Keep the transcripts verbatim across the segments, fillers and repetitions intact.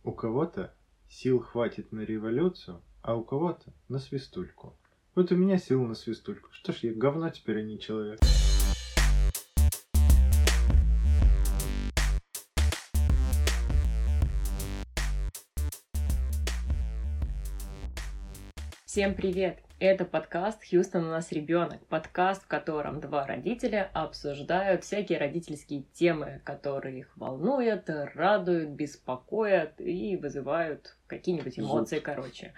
У кого-то сил хватит на революцию, а у кого-то на свистульку. Вот у меня сил на свистульку. Что ж, я говно теперь, а не человек. Всем привет! Это подкаст «Хьюстон, у нас ребенок». Подкаст, в котором два родителя обсуждают всякие родительские темы, которые их волнуют, радуют, беспокоят и вызывают какие-нибудь эмоции, Зуд. короче.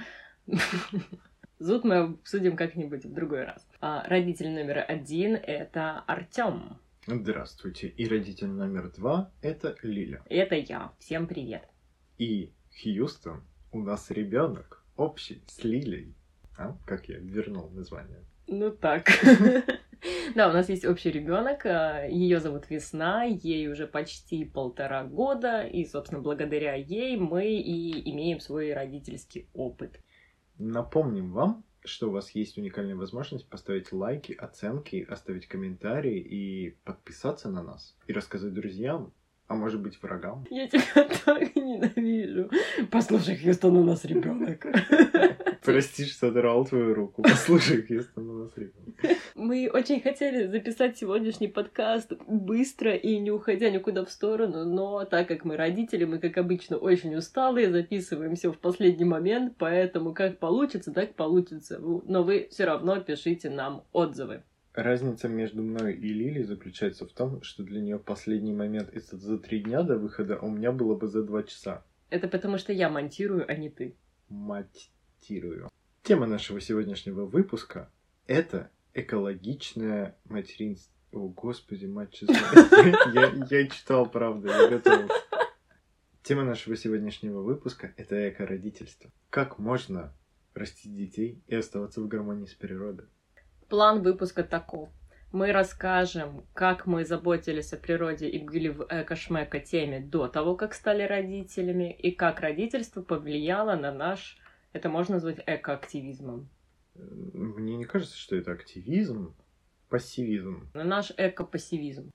Зуд мы обсудим как-нибудь в другой раз. А родитель номер один — это Артём. Здравствуйте. И родитель номер два — это Лиля. Это я. Всем привет. И Хьюстон, у нас ребенок общий с Лилей. А? Как я вернул название? Ну так. Да, у нас есть общий ребенок. Ее зовут Весна, ей уже почти полтора года, и, собственно, благодаря ей мы и имеем свой родительский опыт. Напомним вам, что у вас есть уникальная возможность поставить лайки, оценки, оставить комментарии и подписаться на нас. И рассказать друзьям, а может быть врагам. Я тебя так ненавижу. Послушай, Хьюстон, у нас ребенок. Прости, что оторвал твою руку. Послушай, Хьюстон, у нас ребенок. Мы очень хотели записать сегодняшний подкаст быстро и не уходя никуда в сторону, но так как мы родители, мы, как обычно, очень усталые, записываем все в последний момент, поэтому как получится, так получится. Но вы все равно пишите нам отзывы. Разница между мной и Лилей заключается в том, что для нее последний момент это за три дня до выхода, а у меня было бы за два часа. Это потому что я монтирую, а не ты. Матирую. Тема нашего сегодняшнего выпуска — это экологичное материнство. О, господи, мать честная. Я, я читал, правда, я готов. Тема нашего сегодняшнего выпуска — это эко-родительство. Как можно растить детей и оставаться в гармонии с природой? План выпуска таков. Мы расскажем, как мы заботились о природе и были в эко-шмеко теме до того, как стали родителями, и как родительство повлияло на наш, это можно назвать эко-активизмом. Мне не кажется, что это активизм, пассивизм. На наш эко-пассивизм.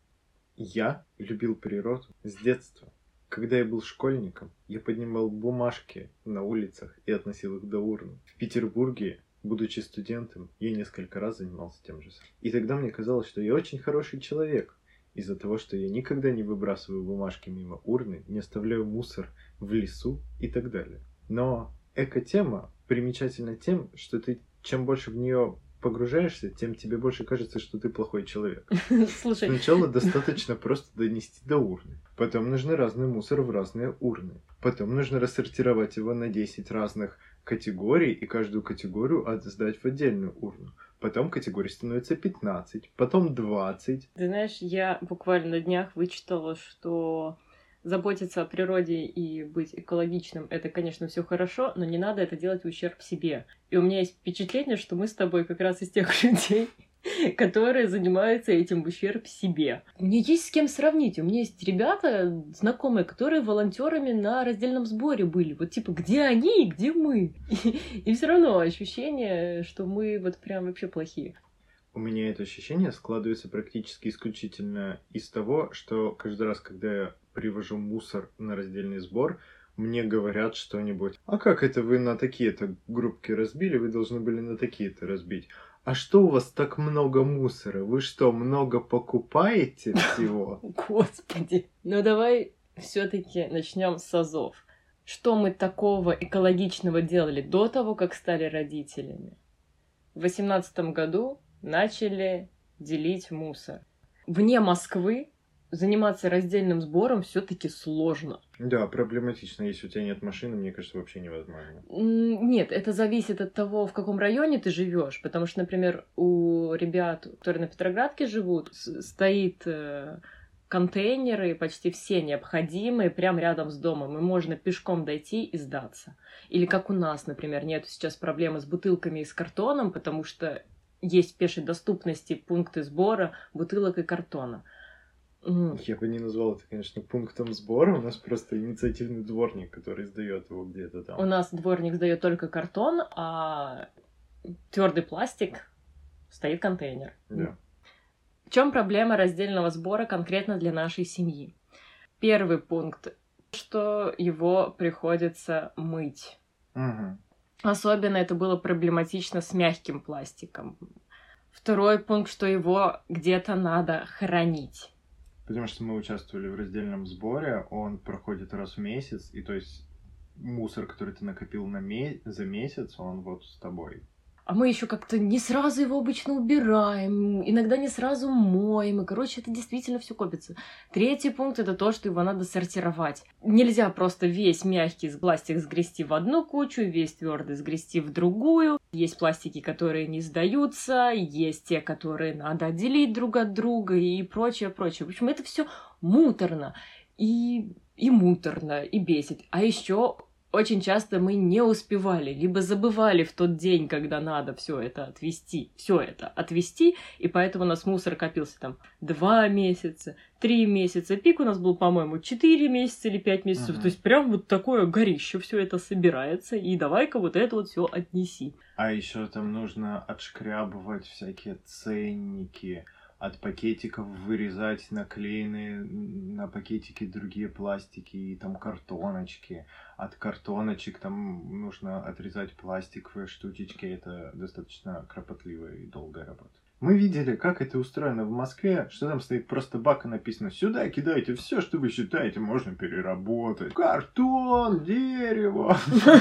Я любил природу с детства. Когда я был школьником, я поднимал бумажки на улицах и относил их до урны. В Петербурге, будучи студентом, я несколько раз занимался тем же самым. И тогда мне казалось, что я очень хороший человек. Из-за того, что я никогда не выбрасываю бумажки мимо урны, не оставляю мусор в лесу и так далее. Но эко-тема примечательна тем, что ты чем больше в нее погружаешься, тем тебе больше кажется, что ты плохой человек. Слушай. Сначала достаточно просто донести до урны. Потом нужно разный мусор в разные урны. Потом нужно рассортировать его на десять разных категорий и каждую категорию отсдать в отдельную урну. Потом категорий становится пятнадцать, потом двадцать. Ты знаешь, я буквально на днях вычитала, что заботиться о природе и быть экологичным — это, конечно, все хорошо, но не надо это делать в ущерб себе. И у меня есть впечатление, что мы с тобой как раз из тех людей, которые занимаются этим в ущерб себе. Мне есть с кем сравнить. У меня есть ребята, знакомые, которые волонтерами на раздельном сборе были. Вот типа, где они и где мы? И, и все равно ощущение, что мы вот прям вообще плохие. У меня это ощущение складывается практически исключительно из того, что каждый раз, когда я привожу мусор на раздельный сбор, мне говорят что-нибудь. А как это вы на такие-то группки разбили? Вы должны были на такие-то разбить. А что у вас так много мусора? Вы что, много покупаете всего? Господи. Ну давай все-таки начнем с азов. Что мы такого экологичного делали до того, как стали родителями? В восемнадцатом году начали делить мусор. Вне Москвы заниматься раздельным сбором все-таки сложно. Да, проблематично. Если у тебя нет машины, мне кажется, вообще невозможно. Нет, это зависит от того, в каком районе ты живешь. Потому что, например, у ребят, которые на Петроградке живут, стоит э, контейнеры, почти все необходимые, прямо рядом с домом. И можно пешком дойти и сдаться. Или как у нас, например, нет сейчас проблемы с бутылками и с картоном, потому что есть в пешей доступности пункты сбора бутылок и картона. Я бы не назвал это, конечно, пунктом сбора. У нас просто инициативный дворник, который сдает его где-то там. У нас дворник сдает только картон, а твердый пластик стоит контейнер. Да. В чем проблема раздельного сбора конкретно для нашей семьи? Первый пункт. что его приходится мыть. Угу. Особенно это было проблематично с мягким пластиком. Второй пункт, что его где-то надо хранить. Потому что мы участвовали в раздельном сборе, он проходит раз в месяц, и то есть мусор, который ты накопил на ме- за месяц, он вот с тобой. А мы еще как-то не сразу его обычно убираем, иногда не сразу моем, и, короче, это действительно все копится. Третий пункт — это то, что его надо сортировать. Нельзя просто весь мягкий пластик сгрести в одну кучу, весь твердый сгрести в другую. Есть пластики, которые не сдаются, есть те, которые надо отделить друг от друга и прочее, прочее. В общем, это все муторно и, и муторно, и бесит. А еще очень часто мы не успевали, либо забывали в тот день, когда надо все это отвезти, все это отвезти, и поэтому у нас мусор копился там два месяца, три месяца. Пик у нас был, по-моему, четыре месяца или пять месяцев. Uh-huh. То есть прям вот такое горище все это собирается, и давай-ка вот это вот все отнеси. А еще там нужно отшкрябывать всякие ценники, от пакетиков вырезать наклеенные на пакетики другие пластики и там картоночки. От картоночек там нужно отрезать пластиковые штучечки. Это достаточно кропотливая и долгая работа. Мы видели, как это устроено в Москве, что там стоит просто бак и написано: сюда кидайте все, что вы считаете можно переработать. Картон, дерево.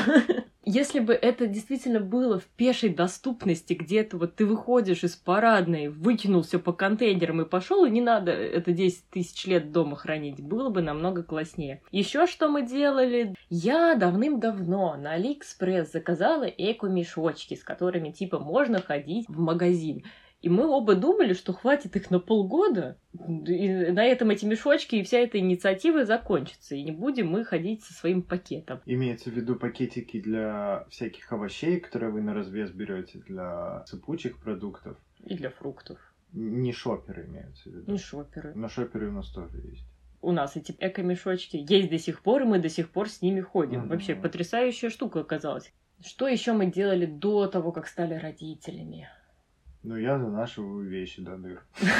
Если бы это действительно было в пешей доступности, где-то вот ты выходишь из парадной, выкинулся по контейнерам и пошел, и не надо это десять тысяч лет дома хранить, было бы намного класснее. Еще что мы делали? Я давным-давно на Алиэкспресс заказала эко-мешочки, с которыми типа можно ходить в магазин. И мы оба думали, что хватит их на полгода, и на этом эти мешочки и вся эта инициатива закончится, и не будем мы ходить со своим пакетом. Имеется в виду пакетики для всяких овощей, которые вы на развес берете, для сыпучих продуктов. И для фруктов. Не шоперы имеются в виду. Не шоперы. Но шоперы у нас тоже есть. У нас эти эко-мешочки есть до сих пор, и мы до сих пор с ними ходим. Uh-huh. Вообще потрясающая штука оказалась. Что еще мы делали до того, как стали родителями? Ну, я занашиваю вещи до дыр.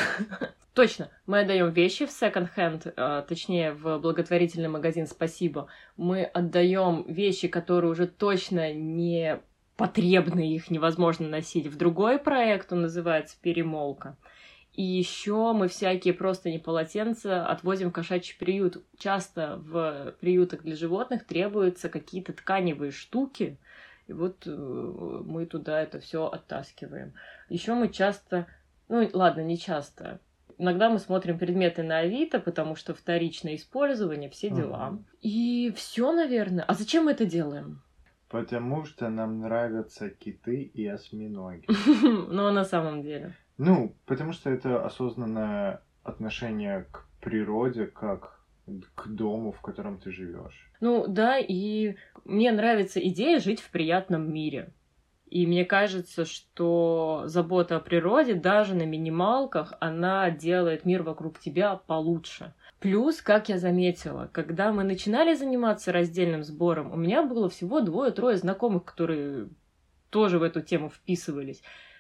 Точно. Мы отдаем вещи в секонд-хенд, а, точнее, в благотворительный магазин «Спасибо». Мы отдаем вещи, которые уже точно не потребны, их невозможно носить, в другой проект, он называется «Перемолка». И еще мы всякие простыни, полотенца отвозим в кошачий приют. Часто в приютах для животных требуются какие-то тканевые штуки, и вот мы туда это все оттаскиваем. Еще мы часто, ну ладно, не часто. Иногда мы смотрим предметы на Авито, потому что вторичное использование, все дела. Uh-huh. И все, наверное. А зачем мы это делаем? Потому что нам нравятся киты и осьминоги. Ну, на самом деле. Ну, потому что это осознанное отношение к природе, как к дому, в котором ты живешь. Ну да, и мне нравится идея жить в приятном мире. И мне кажется, что забота о природе даже на минималках, она делает мир вокруг тебя получше. Плюс, как я заметила, когда мы начинали заниматься раздельным сбором, у меня было всего двое-трое знакомых, которые тоже в эту тему вписывались.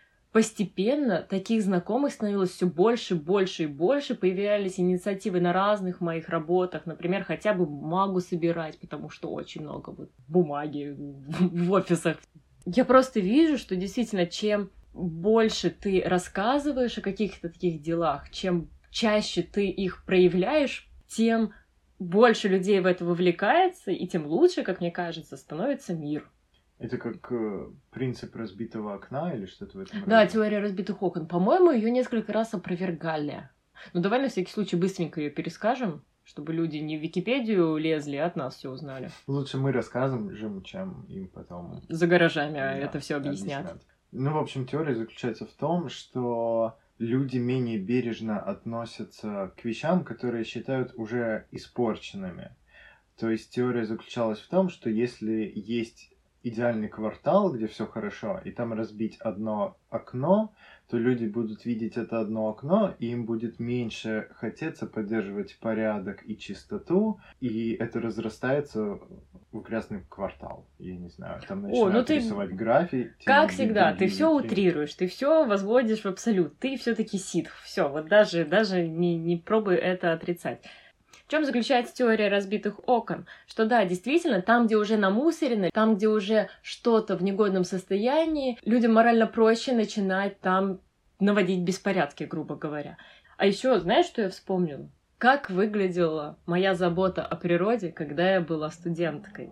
Постепенно таких знакомых становилось все больше, больше и больше. Появлялись инициативы на разных моих работах. Например, хотя бы бумагу собирать, потому что очень много вот бумаги в офисах. Я просто вижу, что действительно, чем больше ты рассказываешь о каких-то таких делах, чем чаще ты их проявляешь, тем больше людей в это вовлекается, и тем лучше, как мне кажется, становится мир. Это как э, принцип разбитого окна или что-то в этом роде? Да, теория разбитых окон. По-моему, ее несколько раз опровергали. Ну, давай на всякий случай быстренько ее перескажем, чтобы люди не в Википедию лезли, а от нас все узнали. Лучше мы расскажем, чем им потом... За гаражами да, это все объяснят. объяснят. Ну, в общем, теория заключается в том, что люди менее бережно относятся к вещам, которые считают уже испорченными. То есть теория заключалась в том, что если есть идеальный квартал, где все хорошо, и там разбить одно окно, то люди будут видеть это одно окно, и им будет меньше хотеться поддерживать порядок и чистоту, и это разрастается в грязный квартал. Я не знаю, там начинают О, ну ты... рисовать граффити. Как всегда, ты все утрируешь, ты все возводишь в абсолют, ты все-таки ситх, все, вот даже, даже не, не пробуй это отрицать. В чем заключается теория разбитых окон? Что да, действительно, там, где уже намусорено, там, где уже что-то в негодном состоянии, людям морально проще начинать там наводить беспорядки, грубо говоря. А еще, знаешь, что я вспомнила? Как выглядела моя забота о природе, когда я была студенткой.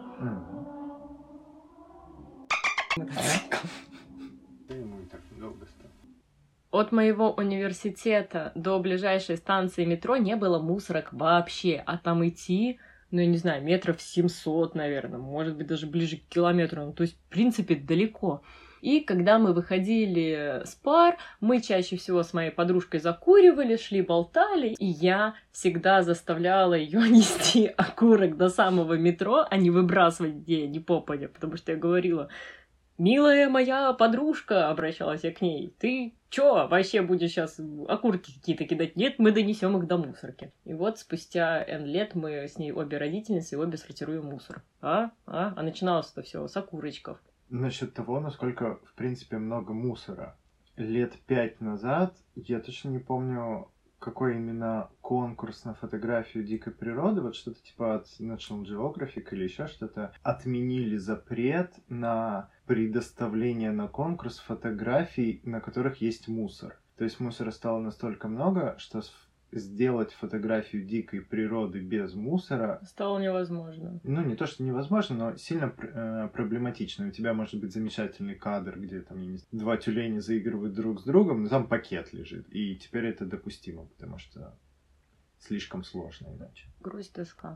От моего университета до ближайшей станции метро не было мусорок вообще, а там идти, ну, я не знаю, метров семьсот, наверное, может быть, даже ближе к километру, ну, то есть, в принципе, далеко. И когда мы выходили с пар, мы чаще всего с моей подружкой закуривали, шли, болтали, и я всегда заставляла ее нести окурок до самого метро, а не выбрасывать где ни попадя, потому что я говорила: «Милая моя подружка», обращалась я к ней, «ты чё, вообще будешь сейчас окурки какие-то кидать?» «Нет, мы донесем их до мусорки». И вот спустя N лет мы с ней обе родительницы и обе сортируем мусор. А? А? А начиналось это все с окурочков. Насчет того, насколько, в принципе, много мусора. Лет пять назад, я точно не помню, какой именно конкурс на фотографию дикой природы, вот что-то типа от National Geographic или еще что-то, отменили запрет на предоставление на конкурс фотографий, на которых есть мусор. То есть мусора стало настолько много, что сделать фотографию дикой природы без мусора стало невозможно. Ну, не то, что невозможно, но сильно э, проблематично. У тебя может быть замечательный кадр, где там, я не знаю, два тюленя заигрывают друг с другом, но там пакет лежит. И теперь это допустимо, потому что слишком сложно иначе. Грусть, тоска.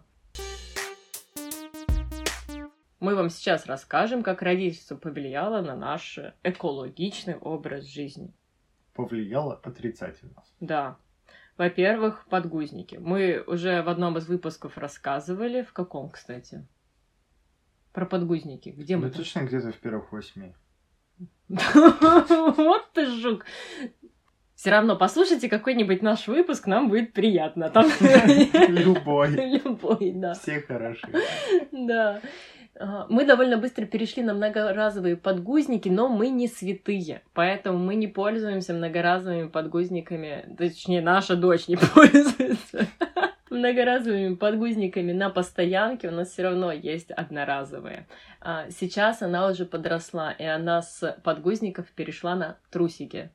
Мы вам сейчас расскажем, как родительство повлияло на наш экологичный образ жизни. Повлияло отрицательно. Да. Во-первых, подгузники. Мы уже в одном из выпусков рассказывали. В каком, кстати? Про подгузники. Где мы? Ну, точно где-то в первых восьми. Вот ты жук. Все равно послушайте какой-нибудь наш выпуск, нам будет приятно. Любой. Любой, да. Все хороши. Да. Мы довольно быстро перешли на многоразовые подгузники, но мы не святые, поэтому мы не пользуемся многоразовыми подгузниками, точнее, наша дочь не пользуется многоразовыми подгузниками на постоянке, у нас все равно есть одноразовые. Сейчас она уже подросла, и она с подгузников перешла на трусики.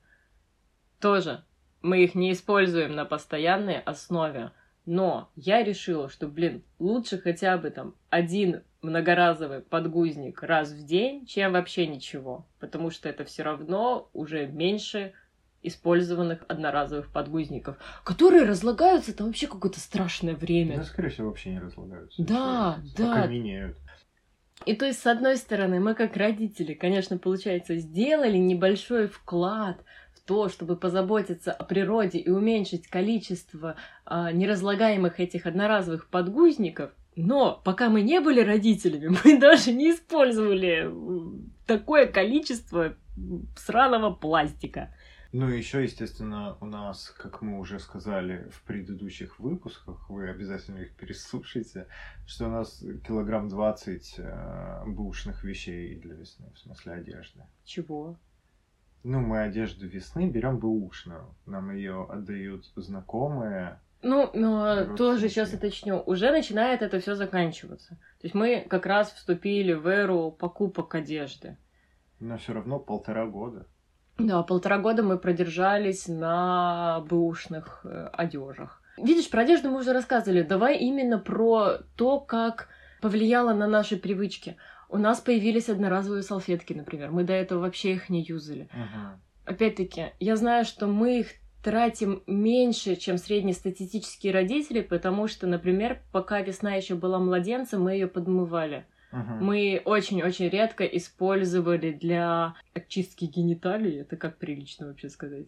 Тоже мы их не используем на постоянной основе, но я решила, что, блин, лучше хотя бы там один многоразовый подгузник раз в день, чем вообще ничего, потому что это все равно уже меньше использованных одноразовых подгузников, которые разлагаются там вообще какое-то страшное время. Да, скорее всего, вообще не разлагаются. Да, да. Окаменеют. И то есть, с одной стороны, мы как родители, конечно, получается, сделали небольшой вклад в то, чтобы позаботиться о природе и уменьшить количество а, неразлагаемых этих одноразовых подгузников, но пока мы не были родителями, мы даже не использовали такое количество сраного пластика. Ну и еще, естественно, у нас, как мы уже сказали в предыдущих выпусках, вы обязательно их переслушайте, что у нас килограмм двадцать э, бэушных вещей для весны, в смысле одежды. Чего? Ну, мы одежду весны берем бэушную, нам ее отдают знакомые. Ну, но тоже сейчас уточню, уже начинает это все заканчиваться. То есть мы как раз вступили в эру покупок одежды. Но все равно полтора года. Да, полтора года мы продержались на бэушных э, одежах. Видишь, про одежду мы уже рассказывали. Давай именно про то, как повлияло на наши привычки. У нас появились одноразовые салфетки, например. Мы до этого вообще их не юзали. Угу. Опять-таки, я знаю, что мы их тратим меньше, чем среднестатистические родители, потому что, например, пока весна еще была младенцем, мы ее подмывали. Uh-huh. Мы очень-очень редко использовали для очистки гениталий. Это как прилично вообще сказать?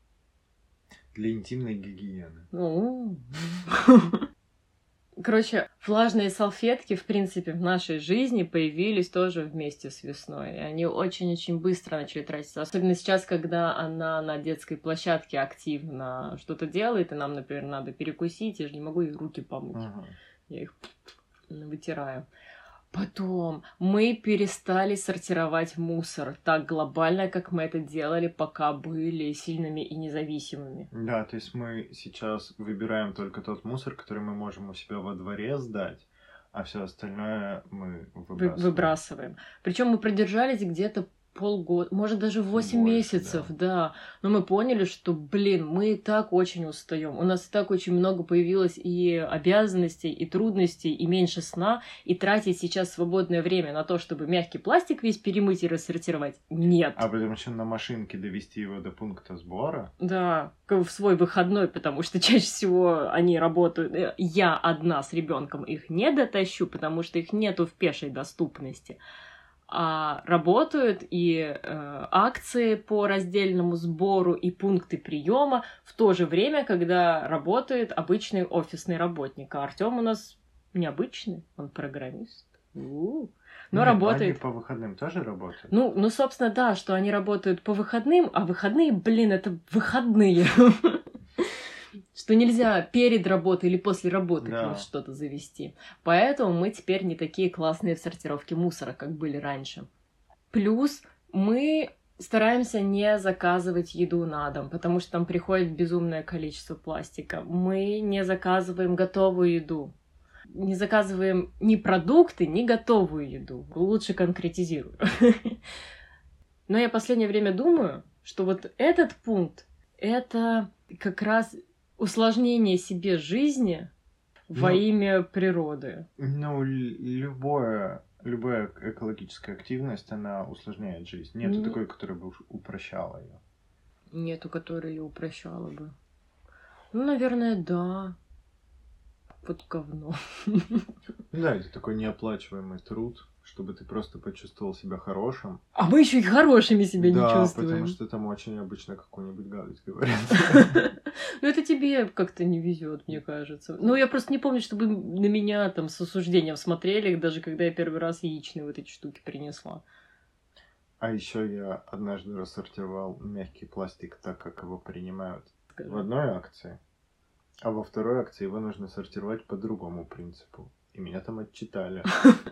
Для интимной гигиены. Ну. Короче, влажные салфетки, в принципе, в нашей жизни появились тоже вместе с весной. И они очень-очень быстро начали тратиться. Особенно сейчас, когда она на детской площадке активно что-то делает, и нам, например, надо перекусить, я же не могу ей руки помыть. Uh-huh. Я их вытираю. Потом мы перестали сортировать мусор так глобально, как мы это делали, пока были сильными и независимыми. Да, то есть мы сейчас выбираем только тот мусор, который мы можем у себя во дворе сдать, а все остальное мы выбрасываем. Вы- выбрасываем. Причем мы продержались где-то полгода, может даже восемь Больше, месяцев, да. да. Но мы поняли, что, блин, мы и так очень устаем. У нас и так очень много появилось и обязанностей, и трудностей, и меньше сна. И тратить сейчас свободное время на то, чтобы мягкий пластик весь перемыть и рассортировать, нет. А потом еще на машинке довести его до пункта сбора. Да, в свой выходной, потому что чаще всего они работают. Я одна с ребенком их не дотащу, потому что их нету в пешей доступности. А работают и э, акции по раздельному сбору, и пункты приема в то же время, когда работает обычный офисный работник. А Артём у нас необычный, он программист. У-у-у. Но Нет, работает. Они по выходным тоже работают? Ну, ну, собственно, да, что они работают по выходным, а выходные, блин, это выходные. Что нельзя перед работой или после работы Да. что-то завести. Поэтому мы теперь не такие классные в сортировке мусора, как были раньше. Плюс мы стараемся не заказывать еду на дом, потому что там приходит безумное количество пластика. Мы не заказываем готовую еду. Не заказываем ни продукты, ни готовую еду. Лучше конкретизирую. Но я в последнее время думаю, что вот этот пункт — это как раз усложнение себе жизни во Ну, имя природы. Ну, л- любое, любая экологическая активность, она усложняет жизнь. Нету Ну, такой, которая бы уж упрощала ее. Нету, которая ее упрощала бы. Ну, наверное, да. Вот говно. Да, это такой неоплачиваемый труд, чтобы ты просто почувствовал себя хорошим. А мы еще и хорошими себя не Да, чувствуем. потому что там очень обычно какую-нибудь гадость говорят. Ну, это тебе как-то не везет, мне кажется. Ну, я просто не помню, чтобы на меня там с осуждением смотрели, даже когда я первый раз яичные вот эти штуки принесла. А еще я однажды рассортировал мягкий пластик так, как его принимают Скажи. в одной акции, а во второй акции его нужно сортировать по другому принципу. И меня там отчитали.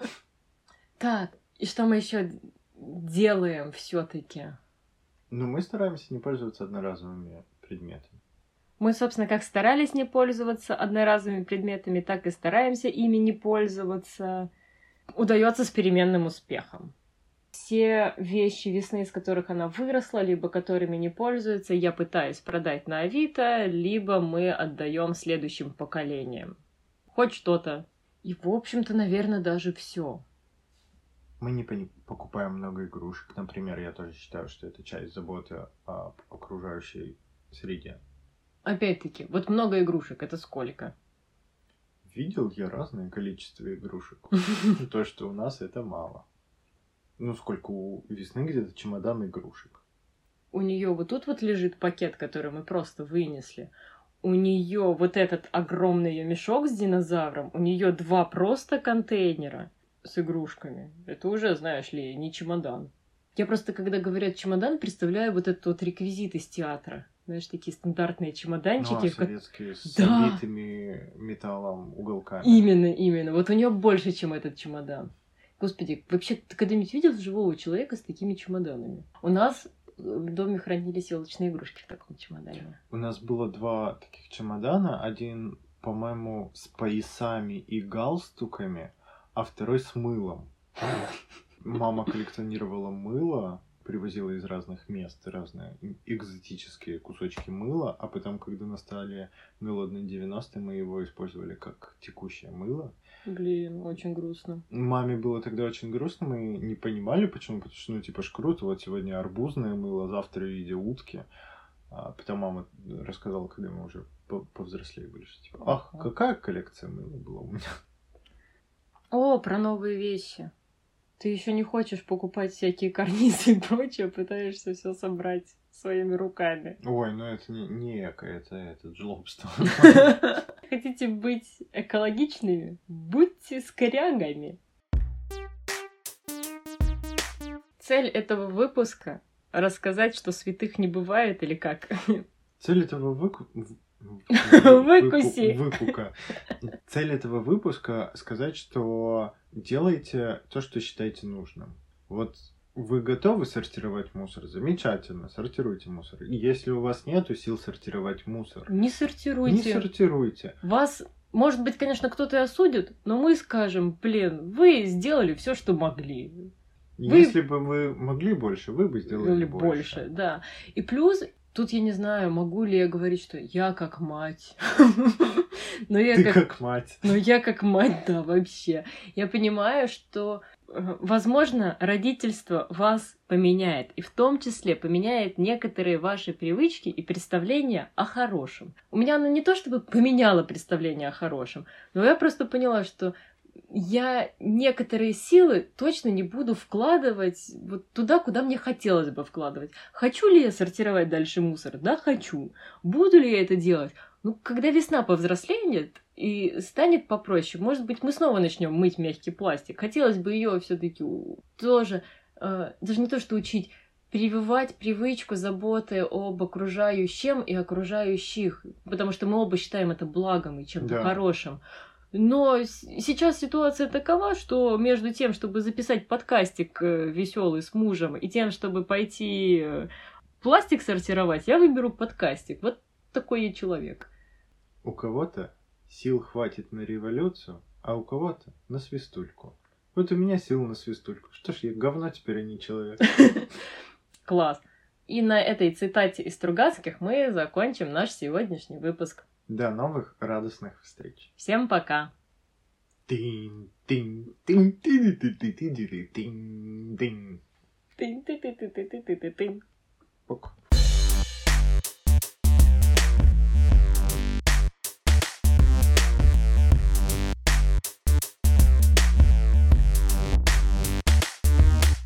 Так, и что мы еще делаем все-таки? Но мы стараемся не пользоваться одноразовыми предметами. Мы, собственно, как старались не пользоваться одноразовыми предметами, так и стараемся ими не пользоваться. Удается с переменным успехом. Все вещи весны, из которых она выросла, либо которыми не пользуется, я пытаюсь продать на Авито, либо мы отдаем следующим поколениям. Хоть что-то. И, в общем-то, наверное, даже все. Мы не пони- покупаем много игрушек. Например, я тоже считаю, что это часть заботы об окружающей среде. Опять-таки, вот много игрушек, это сколько? Видел я разное количество игрушек. То, что у нас, это мало. Ну, сколько у весны где-то чемодан игрушек. У нее вот тут вот лежит пакет, который мы просто вынесли. У нее вот этот огромный ее мешок с динозавром. У нее два просто контейнера с игрушками. Это уже, знаешь ли, не чемодан. Я просто, когда говорят чемодан, представляю вот этот вот реквизит из театра. Знаешь, такие стандартные Ну, чемоданчики. а в ко- советские с Да. обитыми металлом уголками. Именно, именно. Вот у нее больше, чем этот чемодан. Господи, вообще, ты когда-нибудь видел живого человека с такими чемоданами? У нас в доме хранились елочные игрушки в таком чемодане. У нас было два таких чемодана. Один, по-моему, с поясами и галстуками, а второй с мылом. Мама коллекционировала мыло, привозила из разных мест разные экзотические кусочки мыла, а потом, когда настали голодные девяностые, мы его использовали как текущее мыло. Блин, очень грустно. Маме было тогда очень грустно, мы не понимали, почему, потому что, ну, типа, ж круто, вот сегодня арбузное мыло, завтра в виде утки. А потом мама рассказала, когда мы уже по- повзрослее были, что, типа, ах, Ага. какая коллекция мыла была у меня. О, про новые вещи. Ты еще не хочешь покупать всякие карнизы и прочее, пытаешься все собрать своими руками. Ой, ну это не, не эко, это, это жлобство. Хотите быть экологичными? Будьте скрягами. Цель этого выпуска — рассказать, что святых не бывает, или как? Цель этого выку- Выкуси. Выпука. Цель этого выпуска — сказать, что делайте то, что считаете нужным. Вот вы готовы сортировать мусор? Замечательно, сортируйте мусор. И если у вас нету сил сортировать мусор, Не сортируйте. не сортируйте. Вас, может быть, конечно, кто-то и осудит, но мы скажем, блин, вы сделали все, что могли. Вы- Если бы вы могли больше, вы бы сделали Или больше. больше, да. И плюс, тут я не знаю, могу ли я говорить, что я как мать. Но я Ты как... как мать. Ну, я как мать, да, вообще. Я понимаю, что, э, возможно, родительство вас поменяет. И в том числе поменяет некоторые ваши привычки и представления о хорошем. У меня оно не то чтобы поменяло представление о хорошем, но я просто поняла, что я некоторые силы точно не буду вкладывать вот туда, куда мне хотелось бы вкладывать. Хочу ли я сортировать дальше мусор? Да, хочу. Буду ли я это делать? Ну, когда весна повзрослеет и станет попроще, может быть, мы снова начнем мыть мягкий пластик. Хотелось бы ее все-таки тоже, э, даже не то что учить, прививать привычку заботы об окружающем и окружающих, потому что мы оба считаем это благом и чем-то Да. хорошим. Но с- сейчас ситуация такова, что между тем, чтобы записать подкастик веселый с мужем, и тем, чтобы пойти э, пластик сортировать, я выберу подкастик. Вот такой я человек. У кого-то сил хватит на революцию, а у кого-то на свистульку. Вот у меня сил на свистульку. Что ж, я говно теперь, а не человек. Класс. И на этой цитате из Стругацких мы закончим наш сегодняшний выпуск. До новых радостных встреч. Всем пока! Тин, тин, тин, тин, тин, тин, тин, тин, тин. Тын-ты-ты-ты-ты-ты-ты-ты. Пока.